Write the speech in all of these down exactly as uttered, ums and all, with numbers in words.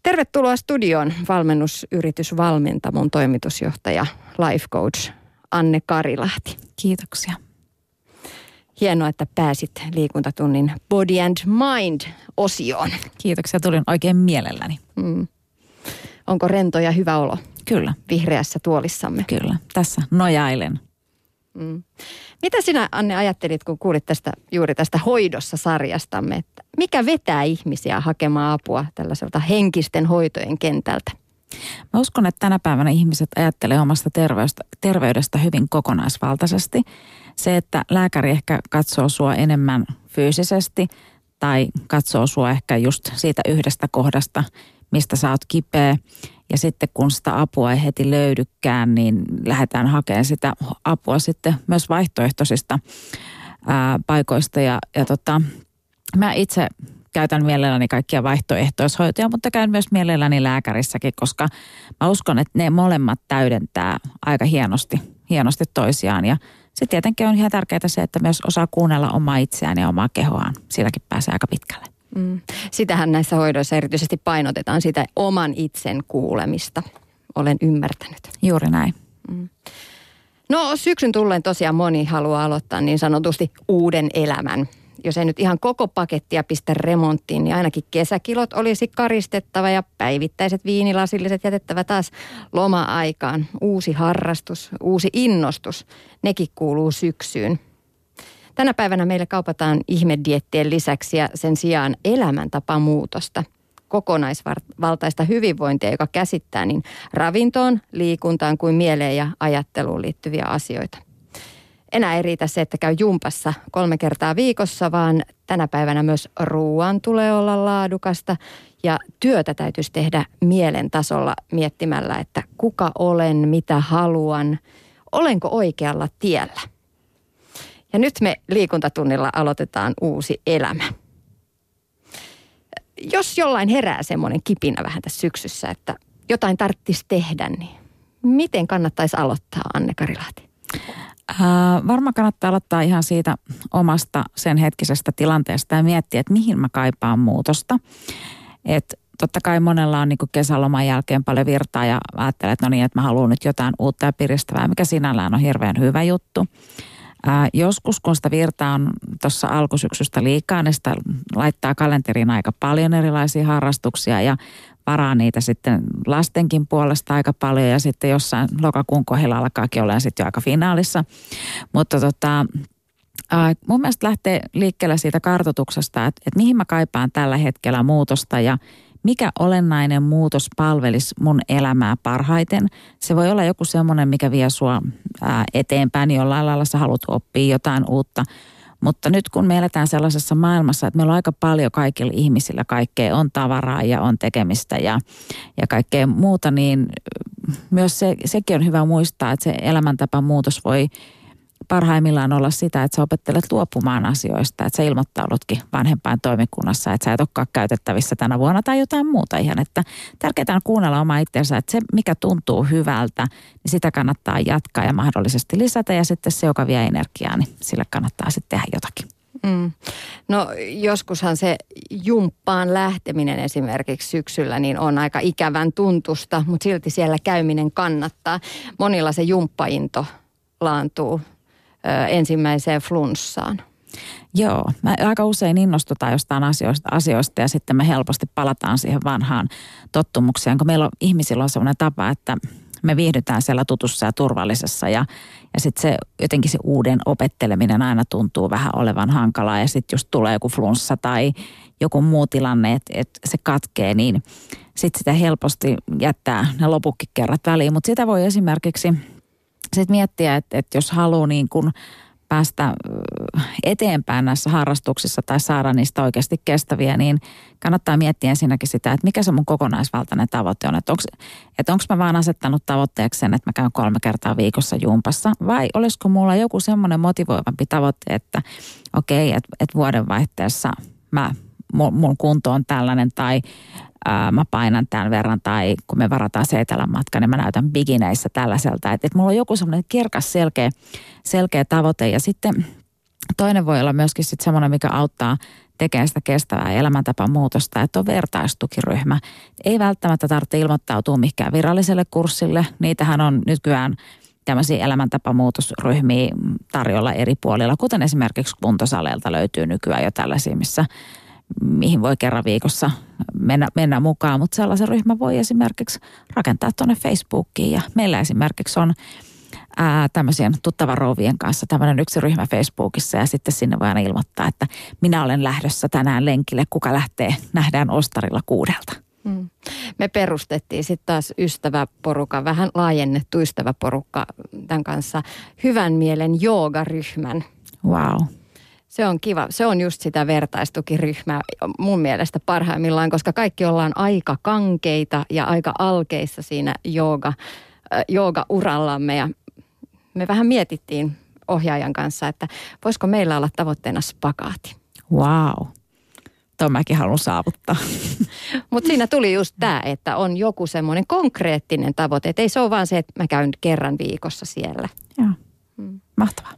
Tervetuloa studioon valmennusyritys Valmentamon toimitusjohtaja, life coach Anne Karilahti. Kiitoksia. Hienoa, että pääsit liikuntatunnin Body and Mind-osioon. Kiitoksia, tulin oikein mielelläni. Mm. Onko rento ja hyvä olo? Kyllä. Vihreässä tuolissamme. Kyllä, tässä nojailen. Mm. Mitä sinä, Anne, ajattelit, kun kuulit tästä, juuri tästä hoidossa-sarjastamme, että mikä vetää ihmisiä hakemaan apua tällaiselta henkisten hoitojen kentältä? Mä uskon, että tänä päivänä ihmiset ajattelee omasta terveydestä, terveydestä hyvin kokonaisvaltaisesti. Se, että lääkäri ehkä katsoo sua enemmän fyysisesti tai katsoo sua ehkä just siitä yhdestä kohdasta, mistä sä oot kipeä. Ja sitten kun sitä apua ei heti löydykään, niin lähdetään hakemaan sitä apua sitten myös vaihtoehtoisista ää, paikoista. Ja, ja tota, mä itse käytän mielelläni kaikkia vaihtoehtoishoitoja, mutta käyn myös mielelläni lääkärissäkin, koska mä uskon, että ne molemmat täydentää aika hienosti, hienosti toisiaan. Ja sitten tietenkin on ihan tärkeää se, että myös osaa kuunnella omaa itseään ja omaa kehoaan. Silläkin pääsee aika pitkälle. Mm. Sitähän näissä hoidoissa erityisesti painotetaan sitä oman itsen kuulemista. Olen ymmärtänyt. Juuri näin. Mm. No syksyn tulleen tosiaan moni haluaa aloittaa niin sanotusti uuden elämän. Jos ei nyt ihan koko pakettia pistä remonttiin, niin ainakin kesäkilot olisi karistettava ja päivittäiset viinilasilliset jätettävä taas loma-aikaan. Uusi harrastus, uusi innostus, nekin kuuluu syksyyn. Tänä päivänä meille kaupataan ihmediettien lisäksi ja sen sijaan elämäntapamuutosta, kokonaisvaltaista hyvinvointia, joka käsittää niin ravintoon, liikuntaan kuin mieleen ja ajatteluun liittyviä asioita. Enää ei riitä se, että käy jumpassa kolme kertaa viikossa, vaan tänä päivänä myös ruoan tulee olla laadukasta ja työtä täytyisi tehdä mielen tasolla miettimällä, että kuka olen, mitä haluan, olenko oikealla tiellä. Ja nyt me liikuntatunnilla aloitetaan uusi elämä. Jos jollain herää semmoinen kipinä vähän tässä syksyssä, että jotain tarvitsisi tehdä, niin miten kannattaisi aloittaa, Anne Karilahti? Äh, varmaan kannattaa aloittaa ihan siitä omasta sen hetkisestä tilanteesta ja miettiä, että mihin mä kaipaan muutosta. Että totta kai monella on niin kuin kesäloman jälkeen paljon virtaa ja ajattelee, että no niin, että mä haluan nyt jotain uutta ja piristävää, mikä sinällään on hirveän hyvä juttu. Ää, joskus, kun sitä virtaa on tuossa alkusyksystä liikaa, niin sitä laittaa kalenteriin aika paljon erilaisia harrastuksia ja varaa niitä sitten lastenkin puolesta aika paljon ja sitten jossain lokakuun kohdalla alkaakin olla sitten jo aika finaalissa. Mutta tota, ää, mun mielestä lähtee liikkeelle siitä kartoituksesta, että, että mihin mä kaipaan tällä hetkellä muutosta ja mikä olennainen muutos palvelisi mun elämää parhaiten. Se voi olla joku semmoinen, mikä vie sua ää, eteenpäin, niin jollain lailla sä haluat oppia jotain uutta. Mutta nyt kun me eletään sellaisessa maailmassa, että meillä on aika paljon kaikilla ihmisillä kaikkea, on tavaraa ja on tekemistä ja, ja kaikkea muuta, niin myös se, sekin on hyvä muistaa, että se elämäntapa muutos voi parhaimmillaan olla sitä, että sä opettelet luopumaan asioista, että sä ilmoittaudutkin vanhempaan toimikunnassa, että sä et olekaan käytettävissä tänä vuonna tai jotain muuta ihan, että tärkeää on kuunnella omaa itseänsä, että se mikä tuntuu hyvältä, niin sitä kannattaa jatkaa ja mahdollisesti lisätä ja sitten se, joka vie energiaa, niin sille kannattaa sitten tehdä jotakin. Mm. No joskushan se jumppaan lähteminen esimerkiksi syksyllä niin on aika ikävän tuntusta, mutta silti siellä käyminen kannattaa. Monilla se jumppainto laantuu ensimmäiseen flunssaan. Joo, mä aika usein innostutaan jostain asioista, asioista ja sitten me helposti palataan siihen vanhaan tottumukseen, kun meillä on, ihmisillä on sellainen tapa, että me viihdytään siellä tutussa ja turvallisessa ja, ja sitten se jotenkin se uuden opetteleminen aina tuntuu vähän olevan hankalaa ja sitten just tulee joku flunssa tai joku muu tilanne, että et se katkee, niin sitten sitä helposti jättää ne loputkin kerrat väliin, mutta sitä voi esimerkiksi sitten miettiä, että, että jos haluaa niin kuin päästä eteenpäin näissä harrastuksissa tai saada niistä oikeasti kestäviä, niin kannattaa miettiä ensinnäkin sitä, että mikä se mun kokonaisvaltainen tavoite on. Että onko, että onko mä vaan asettanut tavoitteeksi sen, että mä käyn kolme kertaa viikossa jumpassa vai olisiko mulla joku semmoinen motivoivampi tavoite, että okei, että, että vuodenvaihteessa mä, mun kunto on tällainen tai ää, mä painan tämän verran tai kun me varataan se etelänmatka, niin mä näytän bikineissä tällaiselta. Että, että mulla on joku semmoinen kirkas selkeä, selkeä tavoite ja sitten Toinen voi olla myöskin sitten semmoinen, mikä auttaa tekemään sitä kestävää elämäntapamuutosta, että on vertaistukiryhmä. Ei välttämättä tarvitse ilmoittautua mihinkään viralliselle kurssille. Niitähän on nykyään tämmöisiä elämäntapamuutosryhmiä tarjolla eri puolilla, kuten esimerkiksi kuntosaleilta löytyy nykyään jo tällaisia, missä, mihin voi kerran viikossa mennä, mennä mukaan. Mutta sellaisen ryhmän voi esimerkiksi rakentaa tuonne Facebookiin ja meillä esimerkiksi on ää, tämmöisien tuttavan rouvien kanssa tämmöinen yksi ryhmä Facebookissa ja sitten sinne voi aina ilmoittaa, että minä olen lähdössä tänään lenkille, kuka lähtee, nähdään Ostarilla kuudelta. Hmm. Me perustettiin sitten taas ystäväporukka, vähän laajennettu ystäväporukka tämän kanssa, hyvän mielen joogaryhmän. Wow. Se on kiva. Se on just sitä vertaistukiryhmää mun mielestä parhaimmillaan, koska kaikki ollaan aika kankeita ja aika alkeissa siinä jooga, äh, jooga-urallamme. Ja me vähän mietittiin ohjaajan kanssa, että voisiko meillä olla tavoitteena spagaati. Wow. Tuon mäkin haluan saavuttaa. Mutta siinä tuli just tämä, että on joku semmoinen konkreettinen tavoite. Että ei se ole vaan se, että mä käyn kerran viikossa siellä. Joo, hmm. Mahtavaa.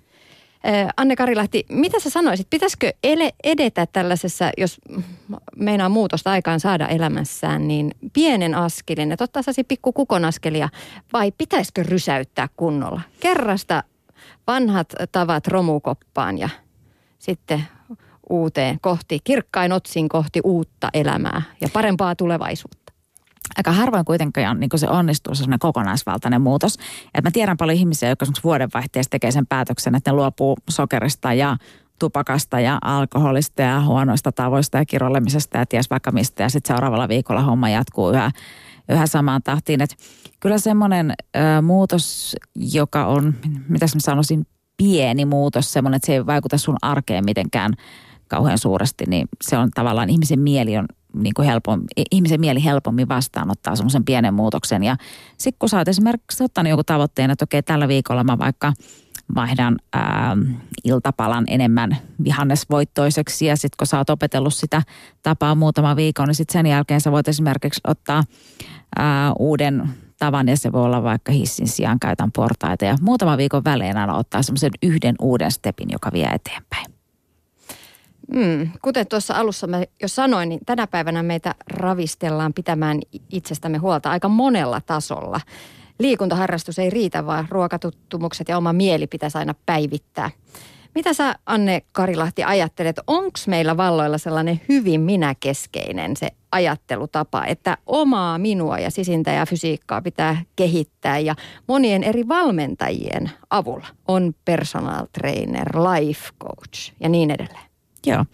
Anne Karilahti, mitä sä sanoisit? Pitäisikö ele- edetä tällaisessa, jos meinaa muutosta aikaan saada elämässään, niin pienen askelin, että ottaa sellaisia pikku kukonaskelia, vai pitäisikö rysäyttää kunnolla? Kerrasta vanhat tavat romukoppaan ja sitten uuteen kohti, kirkkain otsin kohti uutta elämää ja parempaa tulevaisuutta. Aika harvoin kuitenkaan niin se onnistuu sellainen kokonaisvaltainen muutos. Et mä tiedän paljon ihmisiä, jotka esimerkiksi vuodenvaihteessa tekee sen päätöksen, että ne luopuu sokerista ja tupakasta ja alkoholista ja huonoista tavoista ja kiroilemisesta ja ties vaikka mistä. Ja sitten seuraavalla viikolla homma jatkuu yhä, yhä samaan tahtiin. Et kyllä semmoinen ö, muutos, joka on, mitä mä sanoisin, pieni muutos, semmoinen, että se ei vaikuta sun arkeen mitenkään kauhean suuresti, niin se on tavallaan ihmisen mieli on niin kuin helpommin, ihmisen mieli helpommin vastaanottaa semmoisen pienen muutoksen. Ja sitten kun sä oot esimerkiksi ottanut joku tavoitteen, että okei, tällä viikolla mä vaikka vaihdan ää, iltapalan enemmän vihannesvoittoiseksi ja sitten kun sä oot opetellut sitä tapaa muutama viikon, niin sitten sen jälkeen sä voit esimerkiksi ottaa ää, uuden tavan ja se voi olla vaikka hissin sijaan käytän portaita ja muutaman viikon välein aina ottaa semmoisen yhden uuden stepin, joka vie eteenpäin. Mm, kuten tuossa alussa mä jo sanoin, niin tänä päivänä meitä ravistellaan pitämään itsestämme huolta aika monella tasolla. Liikuntaharrastus ei riitä, vaan ruokatuttumukset ja oma mieli pitäisi aina päivittää. Mitä sä, Anne Karilahti, ajattelet, onko meillä valloilla sellainen hyvin minäkeskeinen se ajattelutapa, että omaa minua ja sisintä ja fysiikkaa pitää kehittää ja monien eri valmentajien avulla on personal trainer, life coach ja niin edelleen? Joo.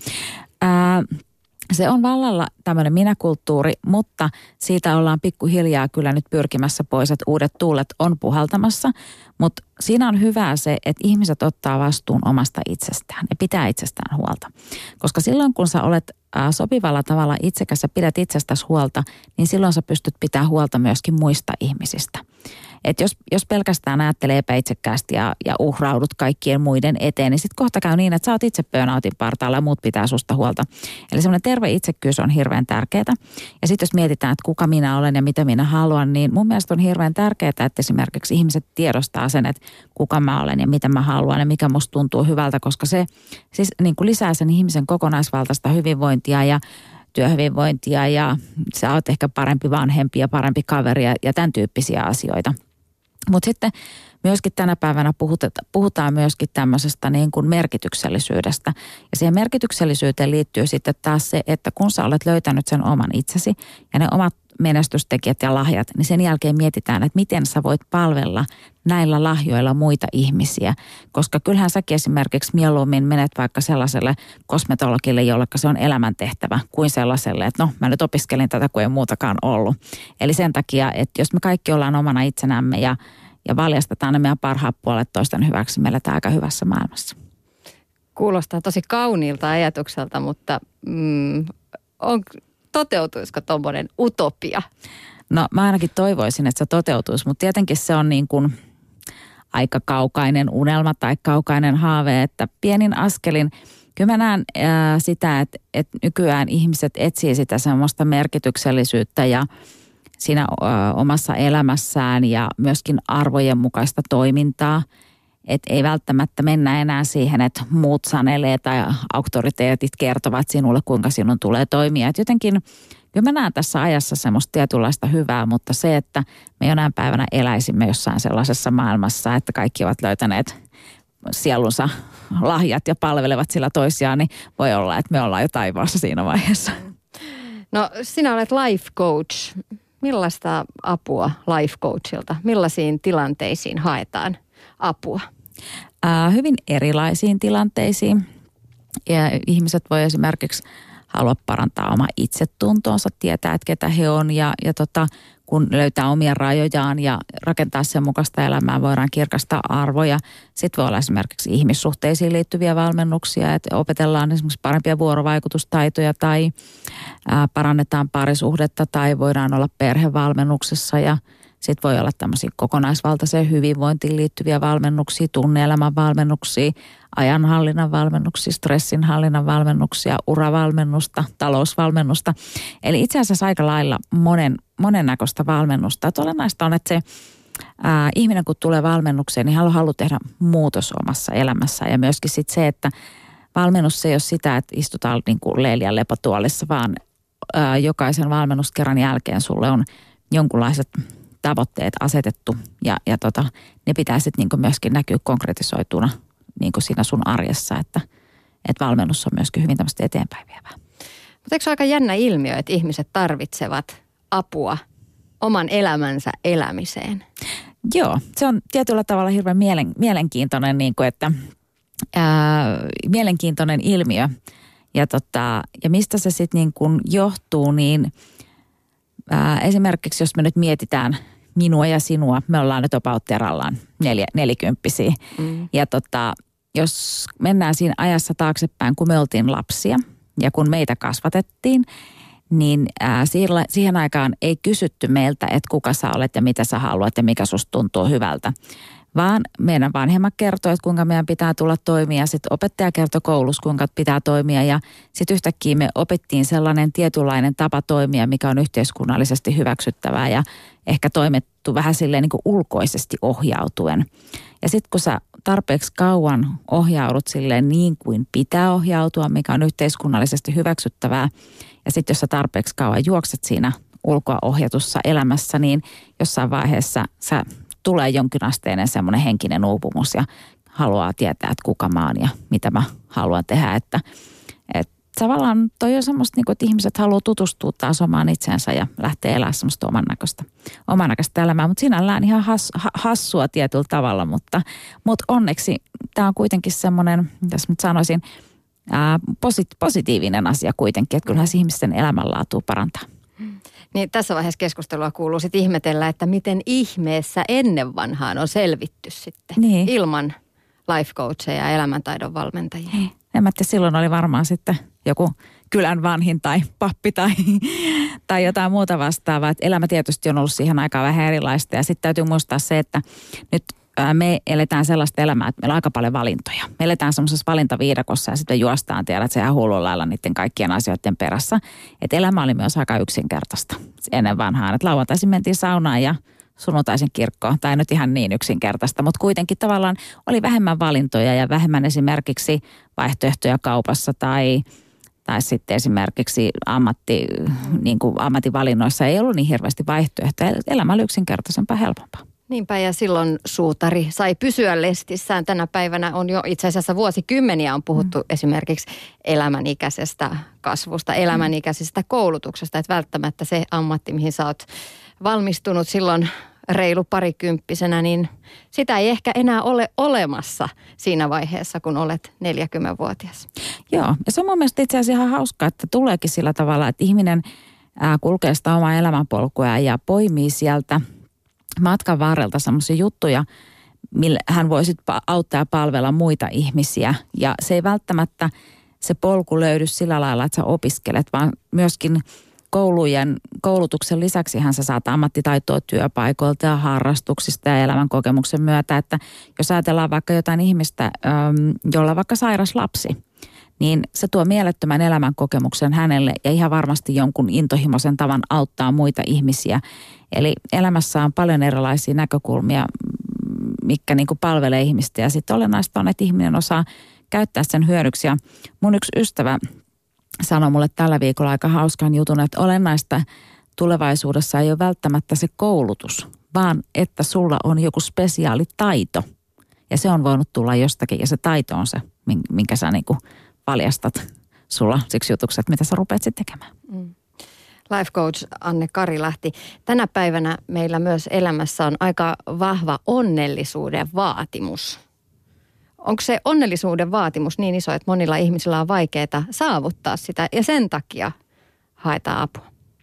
Ää, se on vallalla tämmöinen minäkulttuuri, mutta siitä ollaan pikkuhiljaa kyllä nyt pyrkimässä pois, että uudet tuulet on puhaltamassa. Mutta siinä on hyvää se, että ihmiset ottaa vastuun omasta itsestään ja pitää itsestään huolta. Koska silloin kun sä olet ää, sopivalla tavalla itsekäs ja pidät itsestäsi huolta, niin silloin sä pystyt pitämään huolta myöskin muista ihmisistä. Että jos, jos pelkästään ajattelee epäitsekkäästi ja, ja uhraudut kaikkien muiden eteen, niin sitten kohta käy niin, että sä oot itse burnoutin partaalla ja muut pitää susta huolta. Eli semmoinen terve itsekkyys on hirveän tärkeää. Ja sitten jos mietitään, että kuka minä olen ja mitä minä haluan, niin mun mielestä on hirveän tärkeää, että esimerkiksi ihmiset tiedostaa sen, että kuka mä olen ja mitä mä haluan ja mikä musta tuntuu hyvältä, koska se siis niin kuin lisää sen ihmisen kokonaisvaltaista hyvinvointia ja työhyvinvointia ja sä oot ehkä parempi vanhempi ja parempi kaveri ja, ja tämän tyyppisiä asioita. Mutta sitten myöskin tänä päivänä puhutaan myöskin tämmöisestä niin kuin merkityksellisyydestä. Ja siihen merkityksellisyyteen liittyy sitten taas se, että kun sä olet löytänyt sen oman itsesi ja ne omat menestystekijät ja lahjat, niin sen jälkeen mietitään, että miten sä voit palvella näillä lahjoilla muita ihmisiä. Koska kyllähän säkin esimerkiksi mieluummin menet vaikka sellaiselle kosmetologille, jolle se on elämäntehtävä, kuin sellaiselle, että no mä nyt opiskelin tätä, kun ei muutakaan ollut. Eli sen takia, että jos me kaikki ollaan omana itsenämme ja, ja valjastetaan ne meidän parhaat puolet toisten hyväksi, me eletään aika hyvässä maailmassa. Kuulostaa tosi kauniilta ajatukselta, mutta mm, on... toteutuisiko tuommoinen utopia? No mä ainakin toivoisin, että se toteutuisi, mutta tietenkin se on niin kuin aika kaukainen unelma tai kaukainen haave, että pienin askelin. Kyllä mä näen ää, sitä, että, että nykyään ihmiset etsii sitä semmoista merkityksellisyyttä ja siinä ää, omassa elämässään ja myöskin arvojen mukaista toimintaa. Että ei välttämättä mennä enää siihen, että muut sanelee tai auktoriteetit kertovat sinulle, kuinka sinun tulee toimia. Että jotenkin kyllä mä näen tässä ajassa semmoista tietynlaista hyvää, mutta se, että me jonain päivänä eläisimme jossain sellaisessa maailmassa, että kaikki ovat löytäneet sielunsa lahjat ja palvelevat sillä toisiaan, niin voi olla, että me ollaan jo taivaassa siinä vaiheessa. No sinä olet life coach. Millaista apua life coachilta? Millaisiin tilanteisiin haetaan apua? Äh, hyvin erilaisiin tilanteisiin. Ja ihmiset voi esimerkiksi halua parantaa omaa itsetuntoonsa, tietää, että ketä he on ja, ja tota, kun löytää omia rajojaan ja rakentaa sen mukaista elämää, voidaan kirkastaa arvoja. Sitten voi olla esimerkiksi ihmissuhteisiin liittyviä valmennuksia, että opetellaan esimerkiksi parempia vuorovaikutustaitoja tai ää, parannetaan parisuhdetta tai voidaan olla perhevalmennuksessa ja sitten voi olla tämmöisiä kokonaisvaltaiseen hyvinvointiin liittyviä valmennuksia, tunne-elämän valmennuksia, ajanhallinnan valmennuksia, stressinhallinnan valmennuksia, uravalmennusta, talousvalmennusta. Eli itse asiassa aika lailla monen, monennäköistä valmennusta. Että olennaista on, että se ää, ihminen kun tulee valmennukseen, niin haluaa halu tehdä muutos omassa elämässään. Ja myöskin sitten se, että valmennus ei ole sitä, että istutaan niin kuin leilian lepotuolissa, vaan ää, jokaisen valmennuskerran jälkeen sulle on jonkunlaiset tavoitteet asetettu ja, ja tota, ne pitää sitten niinku myöskin näkyä konkretisoituna niinku siinä sun arjessa, että et valmennus on myöskin hyvin tämmöistä eteenpäin vievää. Mutta eikö se ole aika jännä ilmiö, että ihmiset tarvitsevat apua oman elämänsä elämiseen? Joo, se on tietyllä tavalla hirveän mielen, mielenkiintoinen, niin kuin, että, ää, mielenkiintoinen ilmiö ja, tota, ja mistä se sitten niin kuin johtuu, niin Ää, esimerkiksi jos me nyt mietitään minua ja sinua, me ollaan nyt opautterallaan neljä, nelikymppisiä. Mm. Ja tota, jos mennään siinä ajassa taaksepäin, kun me oltiin lapsia ja kun meitä kasvatettiin, niin ää, siihen, siihen aikaan ei kysytty meiltä, että kuka sä olet ja mitä sä haluat ja mikä susta tuntuu hyvältä. Vaan meidän vanhemmat kertoi, että kuinka meidän pitää tulla toimia. Sitten opettaja kertoi koulussa, kuinka pitää toimia. Ja sitten yhtäkkiä me opettiin sellainen tietynlainen tapa toimia, mikä on yhteiskunnallisesti hyväksyttävää ja ehkä toimittu vähän silleen niin kuin ulkoisesti ohjautuen. Ja sitten kun sä tarpeeksi kauan ohjaudut silleen niin kuin pitää ohjautua, mikä on yhteiskunnallisesti hyväksyttävää. Ja sitten jos sä tarpeeksi kauan juokset siinä ulkoa ohjatussa elämässä, niin jossain vaiheessa sä tulee jonkinasteinen semmoinen henkinen uupumus ja haluaa tietää, että kuka mä oon ja mitä mä haluan tehdä. Että, että tavallaan toi on semmoista, niin kuin, että ihmiset haluaa tutustua taas omaan itsensä ja lähteä elämään semmoista oman näköistä, oman näköistä elämää. Mutta sinällään ihan has, hassua tietyllä tavalla, mutta, mutta onneksi tämä on kuitenkin semmoinen, mitäs nyt sanoisin, ää, posit, positiivinen asia kuitenkin, että kyllähän se ihmisten elämänlaatua parantaa. Niin tässä vaiheessa keskustelua kuuluu sitten ihmetellä, että miten ihmeessä ennen vanhaan on selvitty sitten niin. ilman life coacheja ja elämäntaidon valmentajia. Niin. En mä tiedä, silloin oli varmaan sitten joku kylän vanhin tai pappi tai, tai jotain muuta vastaavaa. Et elämä tietysti on ollut siihen aikaan vähän erilaista ja sitten täytyy muistaa se, että nyt me eletään sellaista elämää, että meillä on aika paljon valintoja. Me eletään semmoisessa valintaviidakossa ja sitten juostaan, tiedät, se ihan hullun lailla niiden kaikkien asioiden perässä. Että elämä oli myös aika yksinkertaista ennen vanhaan. Että lauantaisin mentiin saunaan ja sunnuntaisin kirkkoon. Tai nyt ihan niin yksinkertaista, mutta kuitenkin tavallaan oli vähemmän valintoja ja vähemmän esimerkiksi vaihtoehtoja kaupassa tai, tai sitten esimerkiksi ammatti, niin kuin ammattivalinnoissa ei ollut niin hirveästi vaihtoehtoja. Elämä oli yksinkertaisempaa ja helpompaa. Niinpä ja silloin suutari sai pysyä lestissään. Tänä päivänä on jo itse asiassa vuosikymmeniä on puhuttu mm. esimerkiksi elämänikäisestä kasvusta, elämänikäisestä koulutuksesta. Että välttämättä se ammatti, mihin sä oot valmistunut silloin reilu parikymppisenä, niin sitä ei ehkä enää ole olemassa siinä vaiheessa, kun olet neljäkymmenvuotias. Joo, ja se on mun mielestä itse asiassa ihan hauskaa, että tuleekin sillä tavalla, että ihminen kulkee sitä omaa elämänpolkua ja poimii sieltä matkan varrelta semmoisia juttuja, millä hän voi sitten auttaa ja palvella muita ihmisiä. Ja se ei välttämättä se polku löydy sillä lailla, että sä opiskelet, vaan myöskin koulujen, koulutuksen lisäksi hän sä saat ammattitaitoa työpaikoilta ja harrastuksista ja elämän kokemuksen myötä. Että jos ajatellaan vaikka jotain ihmistä, jolla on vaikka sairas lapsi, niin se tuo mielettömän elämän kokemuksen hänelle ja ihan varmasti jonkun intohimoisen tavan auttaa muita ihmisiä. Eli elämässä on paljon erilaisia näkökulmia, mikä niin kuin palvelee ihmistä. Ja sitten olennaista on, että ihminen osaa käyttää sen hyödyksi. Ja mun yksi ystävä sanoi mulle tällä viikolla aika hauskan jutun, että olennaista tulevaisuudessa ei ole välttämättä se koulutus, vaan että sulla on joku spesiaalitaito. Ja se on voinut tulla jostakin ja se taito on se, minkä sä niin kuin valjastat sulla siksi jutuksi, että mitä sä rupeat sitten tekemään. Mm. Life coach Anne Karilahti. Tänä päivänä meillä myös elämässä on aika vahva onnellisuuden vaatimus. Onko se onnellisuuden vaatimus niin iso, että monilla ihmisillä on vaikeaa saavuttaa sitä ja sen takia haetaan apua?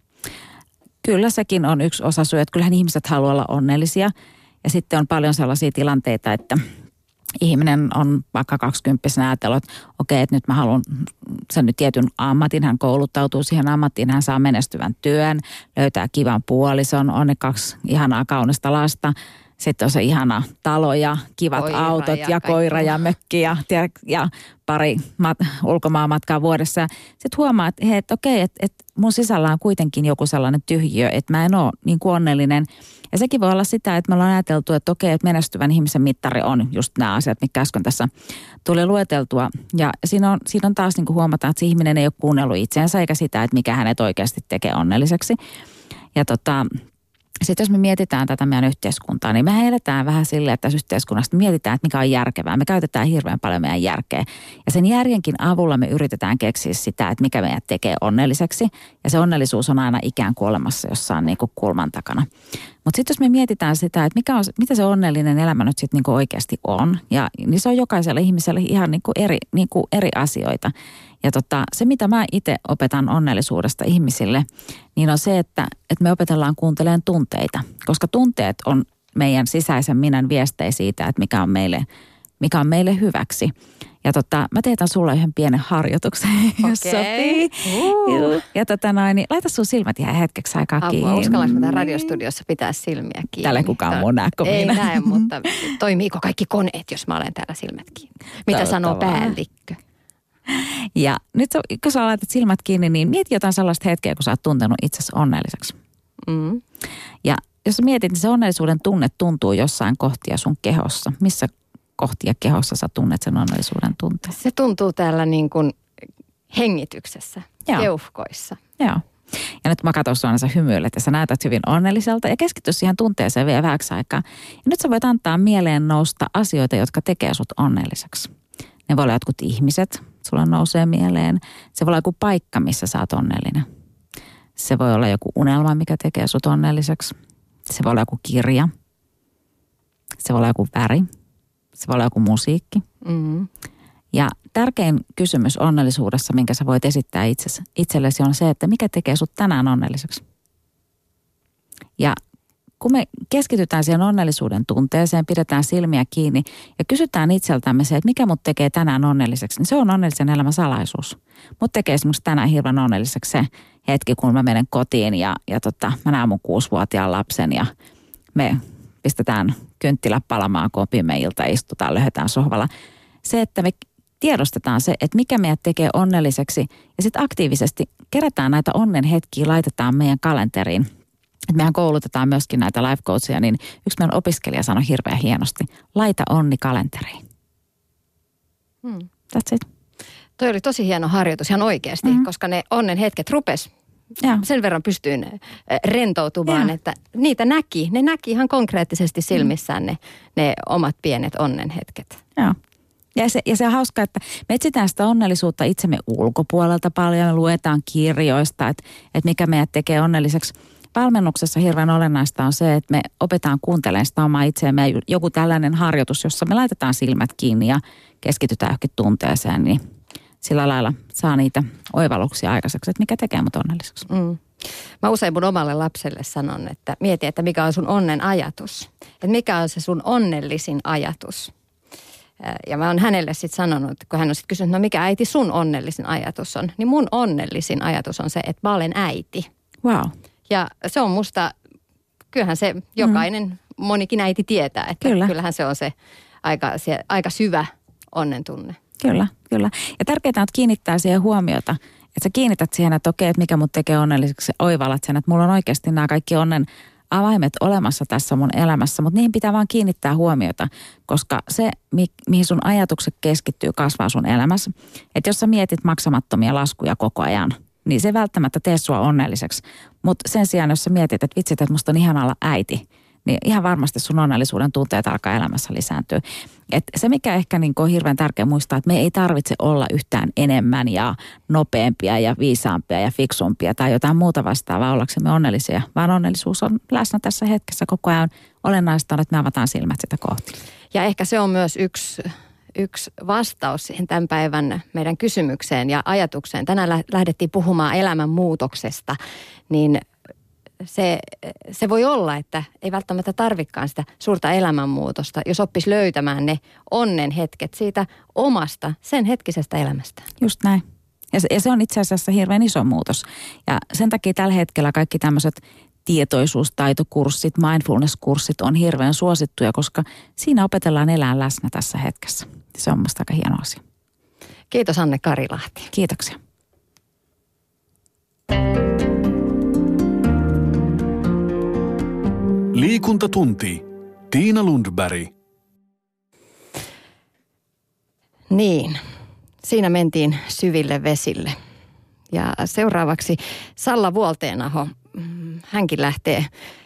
Kyllä sekin on yksi osa syy, että kyllähän ihmiset haluaa olla onnellisia. Ja sitten on paljon sellaisia tilanteita, että ihminen on vaikka kaksikymppisenä ajatellut, että okei, että nyt mä haluan sen nyt tietyn ammatin, hän kouluttautuu siihen ammattiin, hän saa menestyvän työn, löytää kivan puolison, on ne kaksi ihanaa kaunista lasta. Sitten on se ihana talo ja kivat koira autot ja, ja koira ja mökki ja, ja pari mat, ulkomaanmatkaa vuodessa. Sitten huomaa, että, hei, että okei, että, että mun sisällä on kuitenkin joku sellainen tyhjiö, että mä en ole niin kuin onnellinen. Ja sekin voi olla sitä, että me ollaan ajateltu, että okei, että menestyvän ihmisen mittari on just nämä asiat, mitkä äsken tässä tuli lueteltua. Ja siinä on, siinä on taas niin kuin huomataan, että se ihminen ei ole kuunnellut itseensä eikä sitä, että mikä hänet oikeasti tekee onnelliseksi. Ja tota... Sitten jos me mietitään tätä meidän yhteiskuntaa, niin me eletään vähän silleen, että tässä yhteiskunnasta mietitään, että mikä on järkevää. Me käytetään hirveän paljon meidän järkeä. Ja sen järjenkin avulla me yritetään keksiä sitä, että mikä meidät tekee onnelliseksi. Ja se onnellisuus on aina ikään kuin olemassa jossain niin kuin kulman takana. Mutta sitten jos me mietitään sitä, että mikä on, mitä se onnellinen elämä nyt sitten niin kuin oikeasti on. Ja niin se on jokaiselle ihmiselle ihan niin kuin eri, niin kuin eri asioita. Ja tota, se, mitä mä itse opetan onnellisuudesta ihmisille, niin on se, että, että me opetellaan kuuntelemaan tunteita. Koska tunteet on meidän sisäisen minän viestejä siitä, että mikä on meille, mikä on meille hyväksi. Ja tota, mä teetän sulle yhden pienen harjoituksen, jos okay. sopii. Uh. Ja tota noin, niin laita sun silmät ihan hetkeksi aikaa Apua, kiinni. Uskallanko mä täällä radiostudiossa pitää silmiä kiinni? Täällä ei kukaan muu näe kuin Ei minä. näe, mutta toimiiko kaikki koneet, jos mä olen täällä silmät kiinni? Mitä sanoo päällikkö? Ja nyt kun sä laitat silmät kiinni, niin mieti jotain sellaista hetkeä, kun sä oot tuntenut itsesi onnelliseksi. Mm. Ja jos sä mietit, niin se onnellisuuden tunne tuntuu jossain kohtia sun kehossa. Missä kohtia kehossa sä tunnet sen onnellisuuden tunteen? Se tuntuu täällä niin kuin hengityksessä, Joo. keuhkoissa. Joo. Ja nyt mä katson sua, sä hymyilet ja sä näytät hyvin onnelliselta ja keskity siihen tunteeseen vielä vähäksi aikaa. Ja nyt sä voit antaa mieleen nousta asioita, jotka tekee sut onnelliseksi. Ne voi olla jotkut ihmiset, sulla nousee mieleen. Se voi olla joku paikka, missä sä oot onnellinen. Se voi olla joku unelma, mikä tekee sut onnelliseksi. Se voi olla joku kirja. Se voi olla joku väri. Se voi olla joku musiikki. Mm-hmm. Ja tärkein kysymys onnellisuudessa, minkä sä voit esittää itsesi, itsellesi, on se, että mikä tekee sut tänään onnelliseksi. Ja kun me keskitytään siihen onnellisuuden tunteeseen, pidetään silmiä kiinni ja kysytään itseltämme se, että mikä mut tekee tänään onnelliseksi, niin se on onnellisen elämän salaisuus. Mut tekee esimerkiksi tänään hirveän onnelliseksi se hetki, kun mä menen kotiin ja, ja tota, mä näen mun kuusivuotiaan lapsen ja me pistetään kynttilä palamaan, kun opimme ilta, istutaan, löhötään sohvalla. Se, että me tiedostetaan se, että mikä meidät tekee onnelliseksi ja sitten aktiivisesti kerätään näitä onnen hetkiä, laitetaan meidän kalenteriin. Et mehän koulutetaan myöskin näitä life coacheja, niin yksi meidän opiskelija sanoi hirveän hienosti, laita onni kalenteriin. Hmm. That's it. Toi oli tosi hieno harjoitus ihan oikeasti, mm-hmm. koska ne onnen hetket rupes. Ja. Sen verran pystyin rentoutumaan, ja. Että niitä näki. Ne näki ihan konkreettisesti silmissään ne, ne omat pienet onnenhetket. Joo. Ja se, ja se on hauska, että me etsitään sitä onnellisuutta itsemme ulkopuolelta paljon. Me luetaan kirjoista, että, että mikä meidät tekee onnelliseksi. Valmennuksessa hirveän olennaista on se, että me opetaan kuuntelemaan sitä omaa itseämme. Joku tällainen harjoitus, jossa me laitetaan silmät kiinni ja keskitytään johonkin tunteeseen, niin sillä lailla saa niitä oivalluksia aikaiseksi, että mikä tekee mut onnelliseksi. Mm. Mä usein mun omalle lapselle sanon, että mieti, että mikä on sun onnen ajatus. Että mikä on se sun onnellisin ajatus. Ja mä oon hänelle sitten sanonut, kun hän on sitten kysynyt, no mikä äiti sun onnellisin ajatus on. Niin mun onnellisin ajatus on se, että mä olen äiti. Wow. Ja se on musta, kyllähän se jokainen, mm. monikin äiti tietää, että Kyllä. kyllähän se on se aika, se aika syvä onnen tunne. Kyllä, kyllä. Ja tärkeää on, että kiinnittää siihen huomiota, että sä kiinnität siihen, että okei, että mikä mut tekee onnelliseksi, oivallat sen, että mulla on oikeasti nämä kaikki onnen avaimet olemassa tässä mun elämässä, mutta niihin pitää vaan kiinnittää huomiota, koska se, mi- mihin sun ajatukset keskittyy, kasvaa sun elämässä. Että jos sä mietit maksamattomia laskuja koko ajan, niin se välttämättä tee sua onnelliseksi. Mutta sen sijaan, jos sä mietit, että vitsit, että musta on ihana olla äiti, niin ihan varmasti sun onnellisuuden tunteet alkaa elämässä lisääntyä. Et se, mikä ehkä niin on hirveän tärkeä muistaa, että me ei tarvitse olla yhtään enemmän ja nopeampia ja viisaampia ja fiksumpia tai jotain muuta vastaavaa ollaksemme onnellisia, vaan onnellisuus on läsnä tässä hetkessä koko ajan. Olennaista on, että me avataan silmät sitä kohti. Ja ehkä se on myös yksi, yksi vastaus siihen tämän päivän meidän kysymykseen ja ajatukseen. Tänään lähdettiin puhumaan elämänmuutoksesta, niin Se, se voi olla, että ei välttämättä tarvikaan sitä suurta elämänmuutosta, jos oppisi löytämään ne onnen hetket siitä omasta, sen hetkisestä elämästä. Just näin. Ja se, ja se on itse asiassa hirveän iso muutos. Ja sen takia tällä hetkellä kaikki tämmöiset tietoisuustaitokurssit, mindfulness-kurssit on hirveän suosittuja, koska siinä opetellaan elää läsnä tässä hetkessä. Se on musta aika hieno asia. Kiitos Anne Karilahti. Kiitoksia. Liikuntatunti. Tiina Lundberg. Niin, siinä mentiin syville vesille. Ja seuraavaksi Salla Vuolteenaho, hänkin lähtee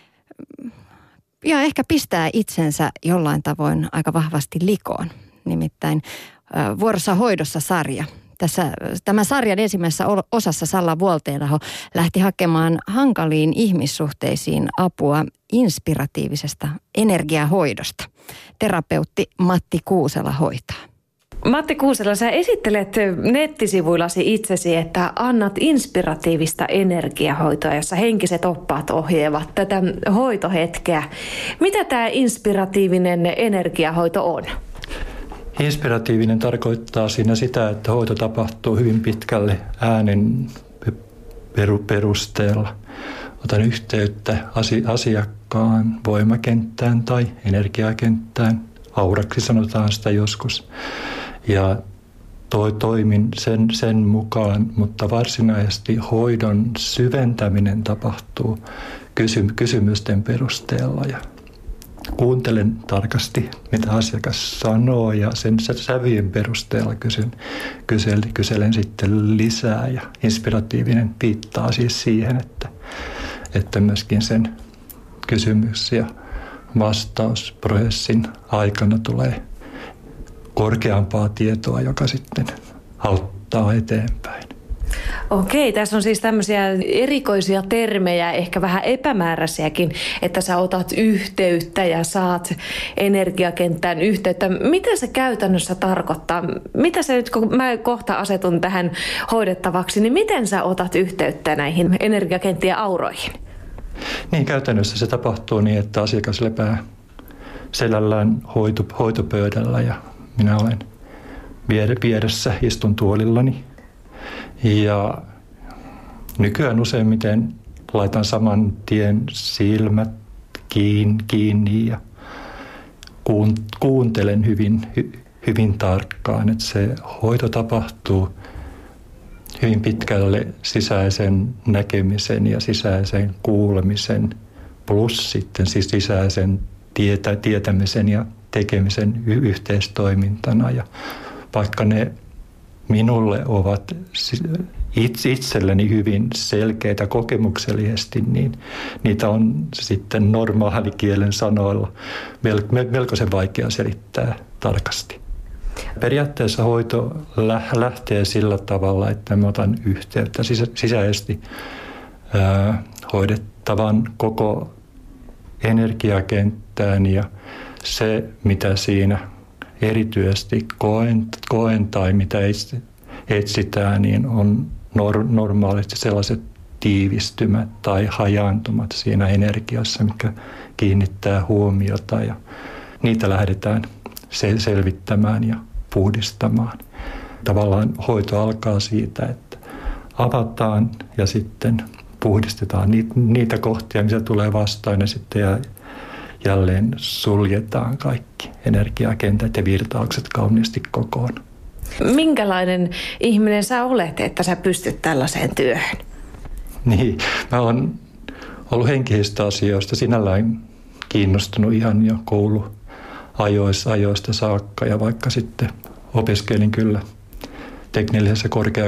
ja ehkä pistää itsensä jollain tavoin aika vahvasti likoon. Nimittäin Vuorossa hoidossa -sarja. Tässä, tämän sarjan ensimmäisessä osassa Salla Vuolteenaho lähti hakemaan hankaliin ihmissuhteisiin apua inspiratiivisesta energiahoidosta. Terapeutti Matti Kuusela hoitaa. Matti Kuusela, sä esittelet nettisivuillasi itsesi, että annat inspiratiivista energiahoitoa, jossa henkiset oppaat ohjeevat tätä hoitohetkeä. Mitä tämä inspiratiivinen energiahoito on? Inspiratiivinen tarkoittaa siinä sitä, että hoito tapahtuu hyvin pitkälle äänen perusteella. Otan yhteyttä asiakkaan voimakenttään tai energiakenttään. Auraksi sanotaan sitä joskus. Ja toi, toimin sen, sen mukaan, mutta varsinaisesti hoidon syventäminen tapahtuu kysy, kysymysten perusteella. Ja kuuntelen tarkasti, mitä asiakas sanoo ja sen sävyjen perusteella kysyn, kyselen, kyselen sitten lisää. Ja inspiratiivinen viittaa siis siihen, että, että myöskin sen kysymys ja vastausprosessin aikana tulee korkeampaa tietoa, joka sitten auttaa eteenpäin. Okei, tässä on siis tämmöisiä erikoisia termejä, ehkä vähän epämääräisiäkin, että sä otat yhteyttä ja saat energiakenttään yhteyttä. Mitä se käytännössä tarkoittaa? Mitä se nyt, kun mä kohta asetun tähän hoidettavaksi, niin miten sä otat yhteyttä näihin energiakenttien auroihin? Niin, käytännössä se tapahtuu niin, että asiakas lepää selällään hoito, hoitopöydällä ja minä olen vieressä, istun tuolillani. Ja nykyään useimmiten laitan saman tien silmät kiinni, kiinni ja kuuntelen hyvin, hy, hyvin tarkkaan, että se hoito tapahtuu hyvin pitkälle sisäisen näkemisen ja sisäisen kuulemisen plus sitten siis sisäisen tietä, tietämisen ja tekemisen y- yhteistoimintana. Ja vaikka ne minulle ovat itselleni hyvin selkeitä kokemuksellisesti, niin niitä on sitten normaalikielen sanoilla melkoisen vaikea selittää tarkasti. Periaatteessa hoito lähtee sillä tavalla, että mä otan yhteyttä sisäisesti ää, hoidettavan koko energiakenttään ja se, mitä siinä erityisesti koen, koen tai mitä etsitään, niin on nor- normaalisti sellaiset tiivistymät tai hajaantumat siinä energiassa, mikä kiinnittää huomiota ja niitä lähdetään sel- selvittämään ja puhdistamaan. Tavallaan hoito alkaa siitä, että avataan ja sitten puhdistetaan niitä kohtia, mitä tulee vastaan ja sitten ja jälleen suljetaan kaikki energiakentät ja virtaukset kauniisti kokoon. Minkälainen ihminen sä olet, että sä pystyt tällaiseen työhön? Niin, mä oon ollut henkisistä asioista sinällään kiinnostunut ihan jo kouluajoista ajoista saakka ja vaikka sitten opiskelin kyllä teknillisessä korkea